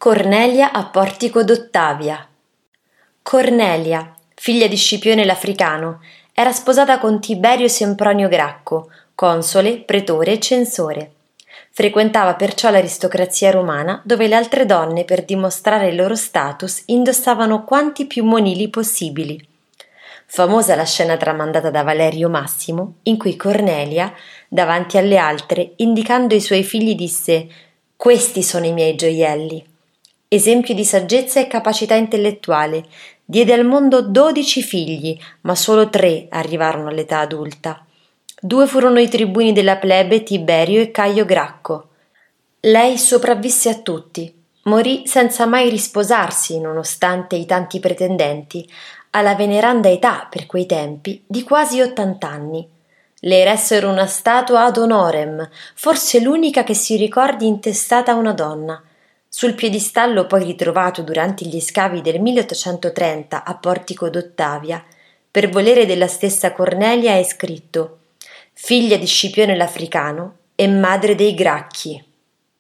Cornelia a Portico d'Ottavia. Cornelia, figlia di Scipione l'Africano, era sposata con Tiberio Sempronio Gracco, console, pretore e censore. Frequentava perciò l'aristocrazia romana, dove le altre donne, per dimostrare il loro status, indossavano quanti più monili possibili. Famosa la scena tramandata da Valerio Massimo, in cui Cornelia, davanti alle altre, indicando i suoi figli, disse: «Questi sono i miei gioielli». Esempio di saggezza e capacità intellettuale, diede al mondo 12 figli, ma solo 3 arrivarono all'età adulta. 2 furono i tribuni della plebe, Tiberio e Caio Gracco. Lei sopravvisse a tutti, morì senza mai risposarsi, nonostante i tanti pretendenti, alla veneranda età, per quei tempi, di quasi 80 anni. Le eressero una statua ad honorem, forse l'unica che si ricordi intestata a una donna. Sul piedistallo poi ritrovato durante gli scavi del 1830 a Portico d'Ottavia, per volere della stessa Cornelia è scritto: «Figlia di Scipione l'Africano e madre dei Gracchi».